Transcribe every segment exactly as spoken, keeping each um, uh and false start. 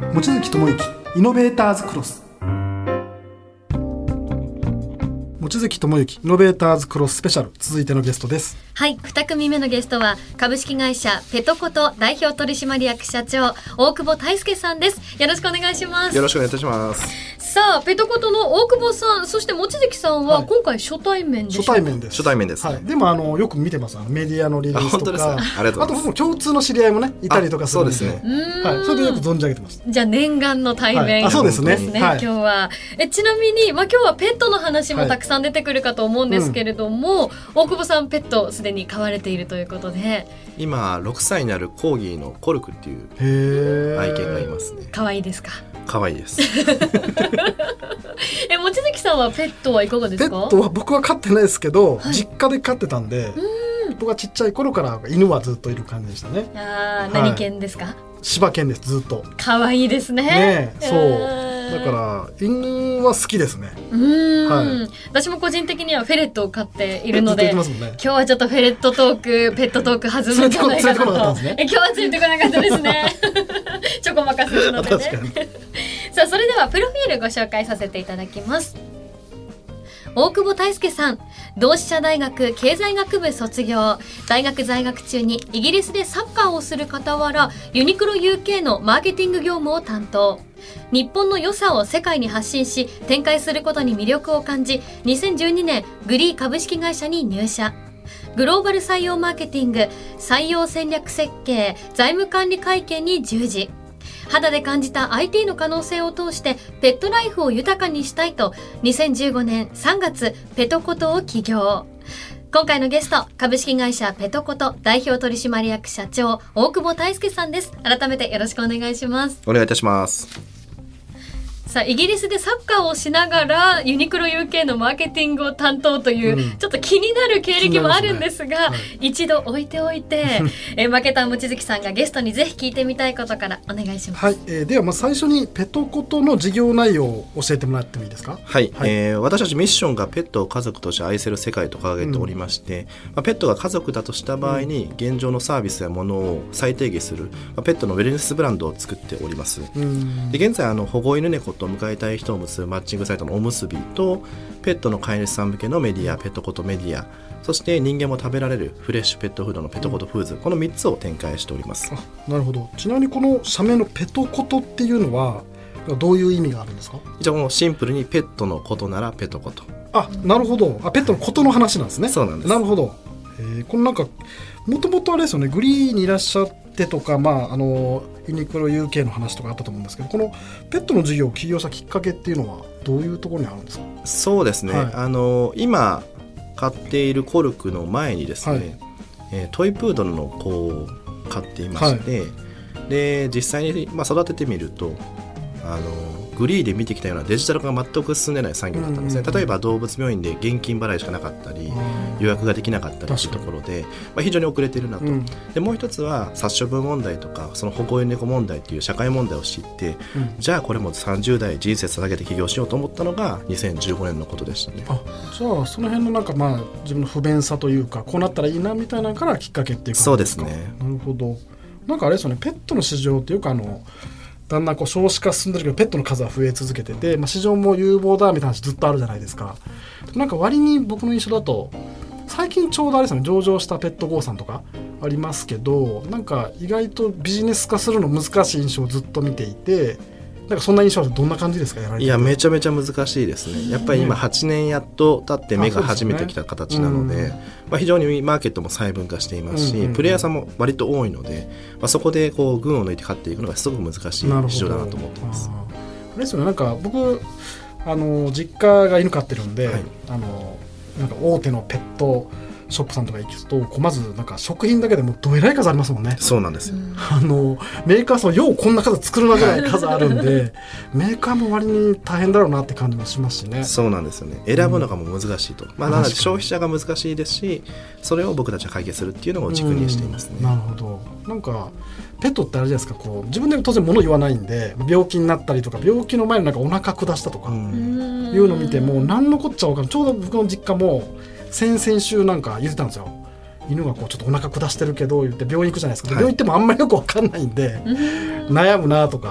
望月智之イノベーターズクロス。望月智之イノベーターズクロススペシャル、続いてのゲストです。 はい、に組目のゲストは株式会社ペトコト代表取締役社長大久保大輔さんです。よろしくお願いします。 よろしくお願いいたします。 さあ、ペトコトの大久保さん、そして望月さんは今回初対面でしょうか？ 初対面です。 初対面です、ね。 はい、でもあのよく見てます。あのメディアのリリースとか、あ, あ, あと僕も共通の知り合いもねいたりとかするので、 そうですね。 はい、それでよく存じ上げてます。 じゃあ念願の対面、はい、 あそうですね。 はい、今日はえちなみに、まあ、今日はペットの話もたくさん出てくるかと思うんですけれども、はいうん、大久保さんペットすでに飼われているということで、 今ろくさいになるコーギーのコルクっていう愛犬がいますね。 可愛いですか？ 可愛いですえ望月さんはペットはいかがですか？ ペットは僕は飼ってないですけど、はい、実家で飼ってたんで、 うん僕はちっちゃい頃から犬はずっといる感じでしたね。 あ、何犬ですか？はい、 柴犬です。ずっと可愛いですね。 ねえ、そうだから犬は好きですね。 うーん、 はい、 私も個人的にはフェレットを飼っているので、 ね、 今日はちょっとフェレットトークペットトーク弾むんじゃないかなと。 ね、 え今日はついてこなかったですねちょこまかするのでねさあ、それではプロフィールご紹介させていただきます。大久保大輔さん、同志社大学経済学部卒業。大学在学中にイギリスでサッカーをする傍ら、ユニクロ ユーケー のマーケティング業務を担当。日本の良さを世界に発信し、展開することに魅力を感じ、にせんじゅうにねんグリー株式会社に入社。グローバル採用マーケティング、採用戦略設計、財務管理会計に従事。肌で感じた アイティー の可能性を通してペットライフを豊かにしたいとにせんじゅうごねんさんがつペトコトを起業。今回のゲスト、株式会社ペトコト代表取締役社長大久保大輔さんです。改めてよろしくお願いします。 お願いいたします。 さあ、イギリスでサッカーをしながらユニクロ ユーケー のマーケティングを担当という、うん、ちょっと気になる経歴もあるんですが、ねはい、一度置いておいてえ負けた望月さんがゲストにぜひ聞いてみたいことからお願いします。 はい、えー、ではまず最初にペトコトの事業内容を教えてもらってもいいですか？ はい、はいえー、私たちミッションがペットを家族として愛せる世界と掲げておりまして、うんまあ、ペットが家族だとした場合に現状のサービスやものを再定義する、まあ、ペットのウェルネスブランドを作っております。うんで現在あの保護犬猫と迎えたい人をマッチングサイトのおむすびとペットの飼い主さん向けのメディアペトコトメディア、そして人間も食べられるフレッシュペットフードのペトコトフーズ、うん、このみっつを展開しております。 あなるほど。ちなみにこの社名のペトコトっていうのはどういう意味があるんですか？ 一応このシンプルにペットのことならペトコト。 あなるほど。あペットのことの話なんですね。 そうなんです。 なるほど。えー、このなんかもともとあれですよね、グリーにいらっしゃってとか、まあ、あのユニクロ ユーケー の話とかあったと思うんですけど、このペットの事業を起業したきっかけっていうのはどういうところにあるんですか？ そうですね、はい、あの今飼っているコルクの前にですね、はいえー、トイプードルの子を飼っていまして、はい、で実際に、まあ、育ててみるとあのグリーで見てきたようなデジタル化が全く進んでない産業だったんですね、うんうんうん、例えば動物病院で現金払いしかなかったり予約ができなかったりというところで、まあ、非常に遅れているなと、うん、でもう一つは殺処分問題とかその保護犬猫問題という社会問題を知って、うん、じゃあこれもさんじゅう代人生捧げて起業しようと思ったのがにせんじゅうごねんのことでしたね。 あじゃあその辺のなんかまあ自分の不便さというかこうなったらいいなみたいなのからきっかけっていう感じですか？ そうですね。 なるほど。なんかあれですよね、ペットの市場というかあのだんだんこう少子化進んでるけどペットの数は増え続けてて、まあ、市場も有望だみたいな話ずっとあるじゃないですか。なんか割に僕の印象だと最近ちょうどあれですね、上場したペットゴーさんとかありますけど、なんか意外とビジネス化するの難しい印象をずっと見ていて、なんかそんな印象はどんな感じですか？やられていやめちゃめちゃ難しいですね。やっぱり今はちねんやっと経って目が初めてきた形なので、ねまあ、非常にマーケットも細分化していますし、うんうんうん、プレイヤーさんも割と多いので、まあ、そこでこう群を抜いて勝っていくのがすごく難しい市場だなと思っています。 ああれですよね、なんか僕あの実家が犬飼ってるんで、はい、あのなんか大手のペットショップさんとか行くとこうまずなんか食品だけでもどえらい数ありますもんね。 そうなんですよ。 あのメーカーさんようこんな数作るなぐらい数あるんでメーカーも割に大変だろうなって感じもしますしね。 そうなんですよね。選ぶのがも難しいと、うんまあ、なので消費者が難しいですし、それを僕たちは解決するっていうのを軸にしていますね。 なるほど。なんかペットってあれじゃないですか、こう自分で当然物言わないんで病気になったりとか病気の前になんかお腹下したとかいうのを見てもう何のこっちゃ分からん。ちょうど僕の実家も先々週なんか言ってたんですよ。犬がこうちょっとお腹下してるけど言って病院行くじゃないですか、はい、病院行ってもあんまりよく分かんないんで悩むなとか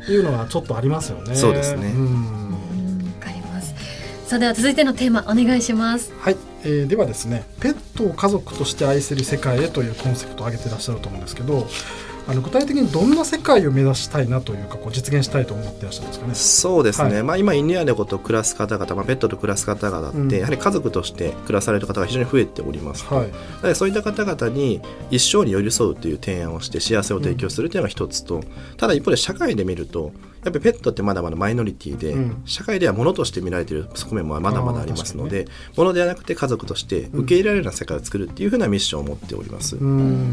いうのはちょっとありますよね。 そうですね。 うん、 わかります。さあでは続いてのテーマお願いします。 はい、えー、ではですね、ペットを家族として愛せる世界へというコンセプトを挙げていらっしゃると思うんですけど、あの具体的にどんな世界を目指したいなというか、こう実現したいと思っていらっしゃるんですかね。 そうですね、 はい、 まあ、今犬や猫と暮らす方々、まあ、ペットと暮らす方々って、うん、やはり家族として暮らされる方が非常に増えております、はい、でそういった方々に一生に寄り添うという提案をして幸せを提供するというのが一つと、うん、ただ一方で社会で見るとやっぱりペットってまだまだマイノリティで、うん、社会では物として見られている側面もまだまだありますので、ね、物ではなくて家族として受け入れられるような世界を作るっていうふうなミッションを持っております。 うん、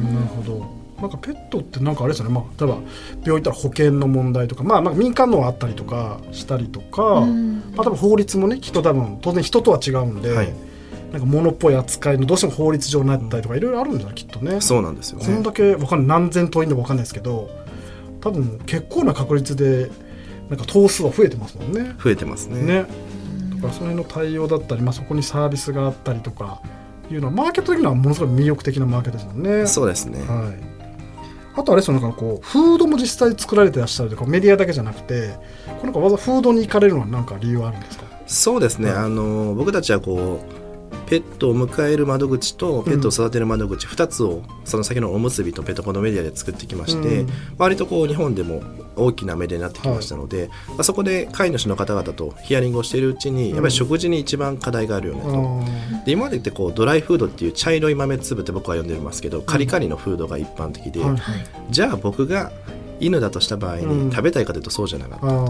なるほど。なんかペットってなんかあれですよね、まあ、例えば病院行ったら保険の問題とか、まあ、まあ民間のはあったりとかしたりとか、うんまあ、多分法律もねきっと多分当然人とは違うんで、はい、なんか物っぽい扱いのどうしても法律上になったりとかいろいろあるんじゃないきっとね。 そうなんですよね。 こんだけわかんない何千頭いるのかわかんないですけど、多分結構な確率でなんか頭数は増えてますもんね。 増えてますね。 ね、だからその辺の対応だったり、まあ、そこにサービスがあったりとかいうのはマーケット的にはものすごい魅力的なマーケットですもんね。 そうですね、 はい。あとあれですよ、なんかこうフードも実際作られてらっしゃるとかメディアだけじゃなくて、こうなんかわざフードに行かれるのは何か理由はあるんですか？ そうですね、 はい、 あの僕たちはこうペットを迎える窓口とペットを育てる窓口、うん、ふたつをその先のおむすびとペットコのメディアで作ってきまして、うん、割とこう日本でも大きなメディアになってきましたので、はい、まあ、そこで飼い主の方々とヒアリングをしているうちにやっぱり食事に一番課題があるよねと、うん、で今までってこうドライフードっていう茶色い豆粒って僕は呼んでますけど、カリカリのフードが一般的で、うん、じゃあ僕が犬だとした場合に食べたいかというとそうじゃなかった、うん、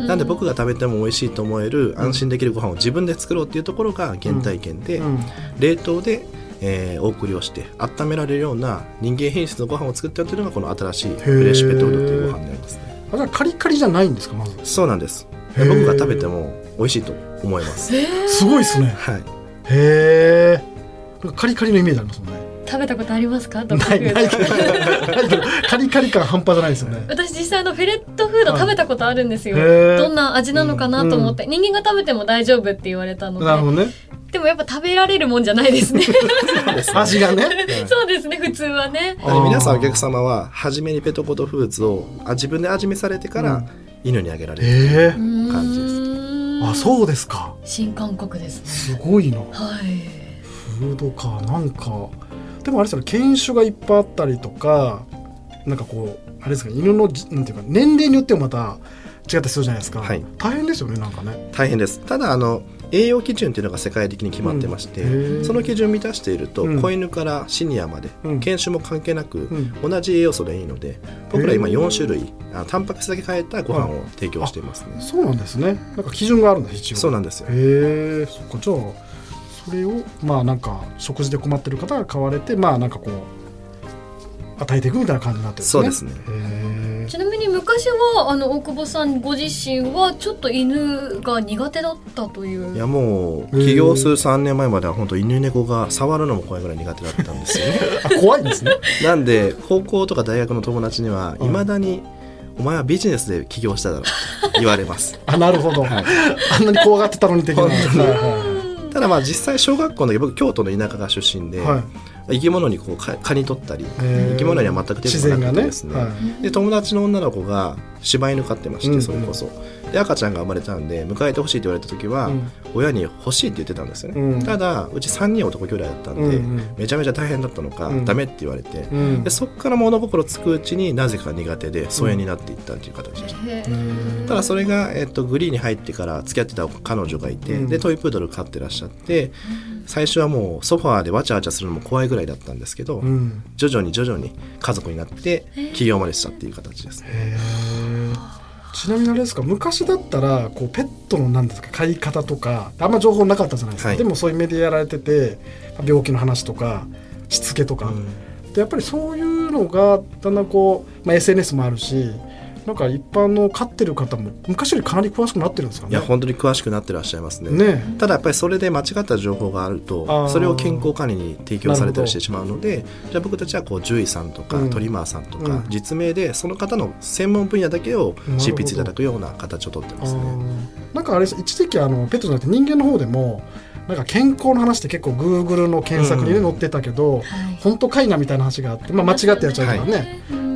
なんで僕が食べても美味しいと思える安心できるご飯を自分で作ろうっていうところが原体験で、うんうん、冷凍で、えー、お送りをして温められるような人間品質のご飯を作ってやっているのがこの新しいフレッシュペットフードというご飯になりますね。 あ、じゃあカリカリじゃないんですか？まずそうなんです。僕が食べても美味しいと思います。 すごいですね。 はい、 へー、カリカリのイメージありますもんね。 食べたことありますか？ ないないけどカリカリ感半端じゃないですよね。 私実際あのフェレットフード食べたことあるんですよ、はい、どんな味なのかなと思って、うん、人間が食べても大丈夫って言われたので。 なるほどね。 でもやっぱ食べられるもんじゃないですね味がねそうですね、普通はね。 皆さんお客様は初めにペトコトフーズを自分で味見されてから犬にあげられる感じです、えー、あ、そうですか。 新感覚ですね。 すごいな、はい、フードか。なんかでもあれですよね、犬種がいっぱいあったりとか、なんかこうあれですか、犬のなんていうか年齢によってもまた違ったりするじゃないですか、はい、大変ですよね。なんかね大変です。ただあの栄養基準というのが世界的に決まってまして、うん、その基準を満たしていると、うん、子犬からシニアまで、うん、犬種も関係なく、うん、同じ栄養素でいいので、僕ら今よん種類あタンパク質だけ変えたご飯を提供していますね。 そうなんですね。なんか基準があるんだ一応。 そうなんですよ。 へえ、そっか。じゃあそれをまあなんか食事で困ってる方が買われて、まあなんかこう与えていくみたいな感じになってるんですね。 そうですね。 へちなみに昔はあの大久保さんご自身はちょっと犬が苦手だったという。 いやもう起業するさんねんまえまでは本当犬猫が触るのも怖いぐらい苦手だったんですよねあ、怖いんですね。 なんで高校とか大学の友達にはいまだに、お前はビジネスで起業しただろうと言われますあ、なるほど、はい、あんなに怖がってたのに的な。 ただまあ実際小学校の時僕京都の田舎が出身で、はい、生き物にこう蚊に取ったり生き物には全く手がなくてですね、ね、はい、で友達の女の子が柴犬飼ってまして、うん、それこそで赤ちゃんが生まれたんで迎えてほしいって言われた時は、うん、親に欲しいって言ってたんですよね、うん、ただうちさんにん男兄弟だったんで、うん、めちゃめちゃ大変だったのか、うん、ダメって言われて、うん、でそこから物心つくうちになぜか苦手で疎遠になっていったっていう形でした、うん、ただそれが、えっと、グリーに入ってから付き合ってた彼女がいて、うん、でトイプードル飼ってらっしゃって、最初はもうソファーでわちゃわちゃするのも怖いぐらいだったんですけど、うん、徐々に徐々に家族になって起業までしたっていう形ですね。 へー。ちなみにあれですか、昔だったらこうペットの何ですか飼い方とかあんま情報なかったじゃないですか、はい、でもそういうメディアやられてて病気の話とかしつけとか、うん、でやっぱりそういうのがだんだんこう、まあ、エスエヌエス もあるし、なんか一般の飼ってる方も昔よりかなり詳しくなってるんですかね。 いや本当に詳しくなってらっしゃいます ね, ね。 ただやっぱりそれで間違った情報があるとそれを健康管理に提供されたりしてしまうので、じゃあ僕たちはこう獣医さんとか、うん、トリマーさんとか、うん、実名でその方の専門分野だけを執筆いただくような形をとってますね。 なんかあれ一時期あのペットじゃなくて人間の方でもなんか健康の話って結構 Google の検索に、ね、うん、載ってたけど、はい、本当かいなみたいな話があって、まあ、間違ってやっちゃうからね、はい、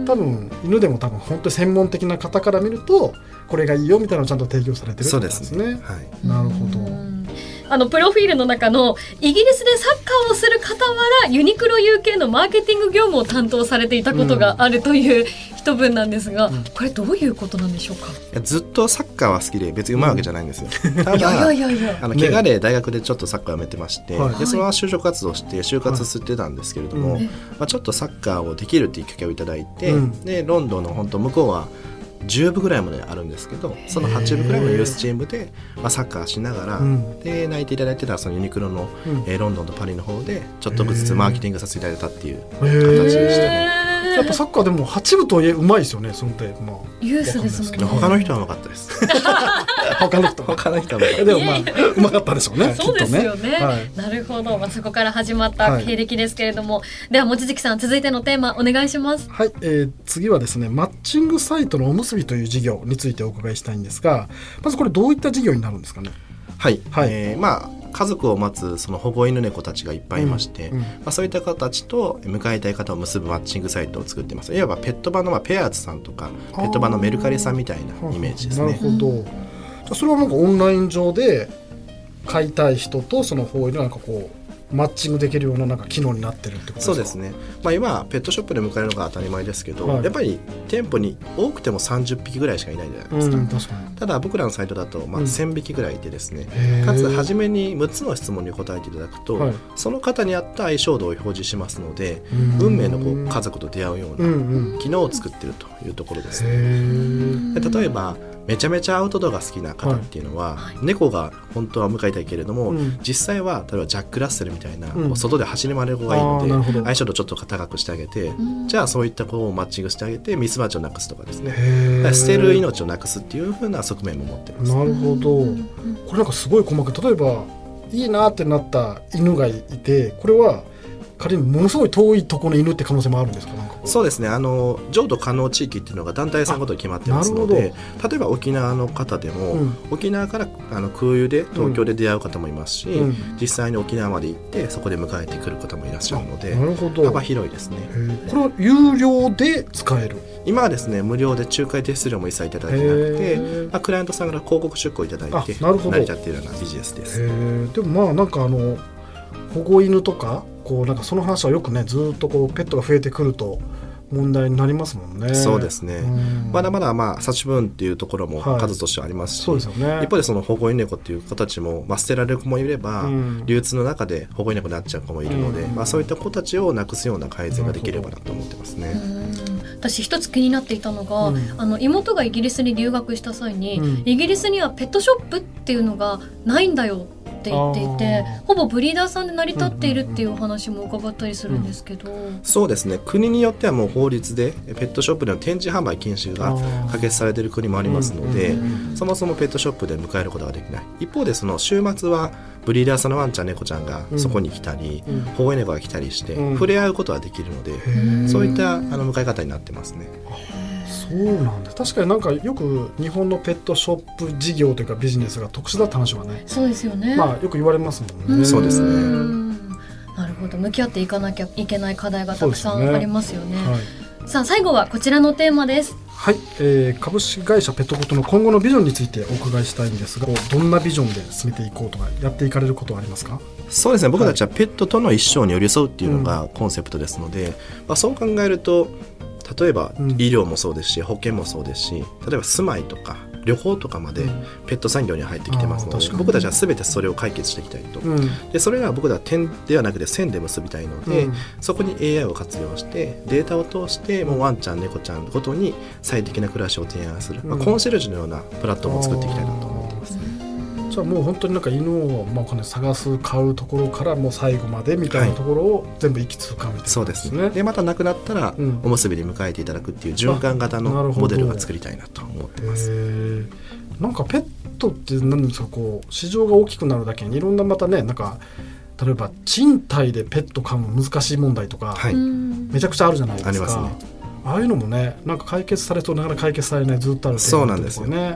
多分犬でも多分本当に専門的な方から見るとこれがいいよみたいなのをちゃんと提供されてるってことですね。 そうですね、はい、 なるほど。 あのプロフィールの中のイギリスでサッカーをする傍らユニクロ ユーケー のマーケティング業務を担当されていたことがあるという一文なんですが、うん、これどういうことなんでしょうか。 いやずっとサッカーは好きで別に上手いわけじゃないんですよ、うん、ただいやいやいやあの怪我で大学でちょっとサッカーをやめてまして、 はい、 でそのまま就職活動して就活してたんですけれども、はいまあ、ちょっとサッカーをできるっていうきっかけをいただいて、うん、でロンドンの本当向こうはじゅう部ぐらいまであるんですけどそのはち部ぐらいのユースチームで、まあ、サッカーしながら、うん、で泣いていただいてたらそのユニクロの、うんえー、ロンドンとパリの方でちょっとずつマーケティングさせていただいたっていう形でしたね。 やっぱサッカーでもはち部とはいえうまいですよね。その点、まあ、 ユースですもんね。 他の人はうまかったです他の人他の人はうまかったでもまあうまかったでしょうね。 そうですよね、 はい、 なるほど、まあ、そこから始まった経歴ですけれども、はい、では望月さん続いてのテーマお願いします。 はい、えー、次はですねマッチングサイトのおむすびという事業についてお伺いしたいんですが、まずこれどういった事業になるんですかね。 はい、はいえー、まあ家族を待つその保護犬猫たちがいっぱいいまして、うんうんまあ、そういった方たちと迎えたい方を結ぶマッチングサイトを作っています。いわばペット版のまあペアーズさんとかペット版のメルカリさんみたいなイメージですね。 なるほど。じゃあそれはなんかオンライン上で飼いたい人とその保護犬がなんかこうマッチングできるようななんか機能になってるってことですか。 そうですね、まあ、今ペットショップで迎えるのが当たり前ですけど、はい、やっぱり店舗に多くてもさんじゅっぴきぐらいしかいないじゃないですか、 うん、確かに。 ただ僕らのサイトだとまあせんびきぐらいいてですね、 うん、 かつ初めにむっつの質問に答えていただくと、はい、その方に合った相性度を表示しますので、うん、運命のこう家族と出会うような機能を作っているというところですね、うんうん、で例えばめちゃめちゃアウトドアが好きな方っていうのは、はい、猫が本当は迎えたいけれども、うん、実際は例えばジャック・ラッセルみたいな、うん、外で走り回る子がいいので相性度ちょっと高くしてあげて、うん、じゃあそういった子をマッチングしてあげてミスマッチをなくすとかですね、捨てる命をなくすっていう風な側面も持っています。 なるほど。これなんかすごい細かく、例えばいいなってなった犬がいて、これは仮にものすごい遠いところの犬って可能性もあるんですか。なんかそうですね、あの譲渡可能地域っていうのが団体さんごとに決まってますので、例えば沖縄の方でも、うん、沖縄からあの空輸で東京で出会う方もいますし、うん、実際に沖縄まで行ってそこで迎えてくる方もいらっしゃるので、 なるほど、 幅広いですね。 これは有料で使える。 今はですね無料で仲介手数料も一切いただいてなくて、まあ、クライアントさんから広告出稿いただいて成り立っているようなビジネスです。 へでもまあなんかあの保護犬とかこうなんかその話はよくねずっとこうペットが増えてくると問題になりますもんね。 そうですね、まだまだまあ殺処分っていうところも数としてはありますし、はい、そうですよね、一方でその保護犬猫っていう子たちも、まあ、捨てられる子もいれば、うん、流通の中で保護犬猫になっちゃう子もいるので、うんまあ、そういった子たちをなくすような改善ができればなと思ってますね。 私一つ気になっていたのが、うん、あの妹がイギリスに留学した際に、うん、イギリスにはペットショップっていうのがないんだよって言っていて、ほぼブリーダーさんで成り立っているっていうお話も伺ったりするんですけど、うんうんうん、 そうですね、国によってはもう法律でペットショップでの展示販売禁止が可決されている国もありますので、うんうん、そもそもペットショップで迎えることができない。一方でその週末はブリーダーさんのワンちゃん猫ちゃんがそこに来たり、うん、保護猫が来たりして、うん、触れ合うことができるので、うん、そういったあの迎え方になってますね。 そうなんだ。確かになんかよく日本のペットショップ事業というかビジネスが特殊だって話はね、 そうですよね、 まあ、よく言われますもんね。 そうですね。 なるほど、向き合っていかなきゃいけない課題がたくさんありますよね。はい、さあ最後はこちらのテーマです。 はい、えー、株式会社ペットコトの今後のビジョンについてお伺いしたいんですが、どんなビジョンで進めていこうとかやっていかれることはありますか。 そうですね、僕たちはペットとの一生に寄り添うっていうのがコンセプトですので、うんまあ、そう考えると例えば医療もそうですし、うん、保険もそうですし、例えば住まいとか旅行とかまでペット産業に入ってきてますので、うん、僕たちは全てそれを解決していきたいと、うん、でそれが僕らは点ではなくて線で結びたいので、うん、そこに エーアイ を活用してデータを通してもうワンちゃん猫ちゃんごとに最適な暮らしを提案する、うんまあ、コンシェルジュのようなプラットフォームを作っていきたいなと思ってますね。 じゃあもう本当になんか犬をまあお金探す買うところからもう最後までみたいなところを全部一気通貫みたいな、ね、 そうですね。でまた亡くなったらおむすびで迎えていただくっていう循環型のモデルが作りたいなと思ってます。 へなんかペットって何ですか、こう市場が大きくなるだけにいろんなまたね、なんか例えば賃貸でペット飼うの難しい問題とか、はい、めちゃくちゃあるじゃないですか。ありますね。ああいうのもね、なんか解決されそうながら解決されないずっとあるテーマですよね。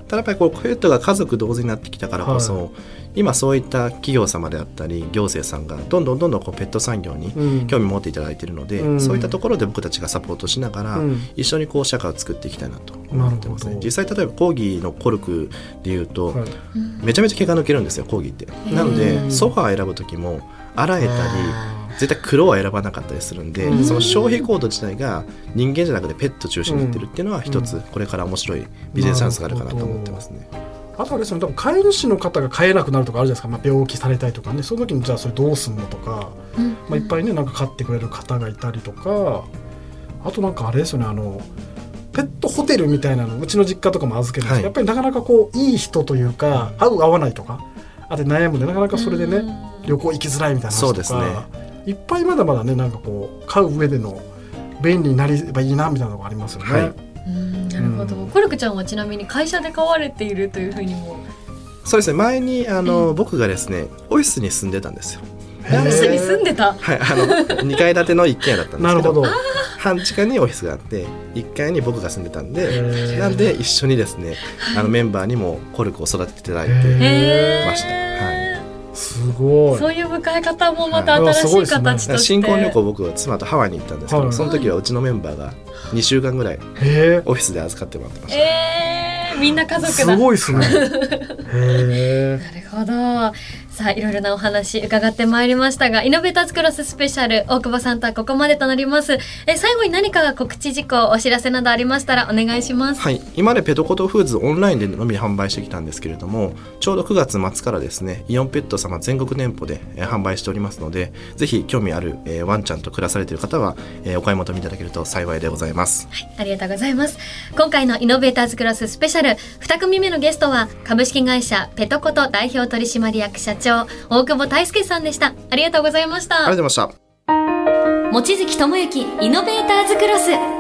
ただやっぱりこうペットが家族同然になってきたからこそ、はい、今そういった企業様であったり行政さんがどんどんどんどんこうペット産業に興味持っていただいているので、うん、そういったところで僕たちがサポートしながら、うん、一緒にこう社会を作っていきたいなと思ってますね。実際例えばコーギーのコルクでいうと、はい、めちゃめちゃ毛が抜けるんですよコーギーって。なのでソファー選ぶ時も洗えたり絶対黒は選ばなかったりするんで、うん、その消費行動自体が人間じゃなくてペット中心になってるっていうのは一つこれから面白いビジネスチャンスがあるかなと思ってますね。 あとはですね、多分飼い主の方が飼えなくなるとかあるじゃないですか、まあ、病気されたりとかね、その時にじゃあそれどうすんのとか、うんまあ、いっぱいねなんか飼ってくれる方がいたりとか、あとなんかあれですよね、あのペットホテルみたいなのうちの実家とかも預けるんですけど、はい、やっぱりなかなかこういい人というか合う合わないとかあって悩むんで、なかなかそれでね旅行行きづらいみたいな話とか、そうですね、いっぱいまだまだねなんかこう飼う上での便利になればいいなみたいなのがありますよね。はい、 うんなるほど、うん、コルクちゃんはちなみに会社で飼われているというふうにも。 そうですね、前にあの、うん、僕がですねオフィスに住んでたんですよ。 オフィスに住んでた、 はい、あのにかい建ての一軒家だったんですけどなるほど、 半地下にオフィスがあっていっかいに僕が住んでたんで、なんで一緒にですねあのメンバーにもコルクを育てていただいてました。はい、 すごい。 そういう迎え方もまた新しい形として、はい、 新婚旅行僕は妻とハワイに行ったんですけど、はい、その時はうちのメンバーがにしゅうかんぐらいオフィスで預かってもらってました。 えー、みんな家族だ。 すごいですね。へーなるほど。さあいろいろなお話伺ってまいりましたが、イノベーターズクロススペシャル大久保さんとはここまでとなります。え最後に何か告知事項お知らせなどありましたらお願いします。 はい、今までペトコトフーズオンラインでのみ販売してきたんですけれども、ちょうどくがつ末からですねイオンペット様全国店舗で、えー、販売しておりますので、ぜひ興味ある、えー、ワンちゃんと暮らされている方は、えー、お買い求めいただけると幸いでございます。 はい、ありがとうございます。今回のイノベーターズクロススペシャルに組目のゲストは株式会社ペトコト代表取締役社長大久保大輔さんでした。ありがとうございました。 ありがとうございました。 望月智之イノベーターズクロス。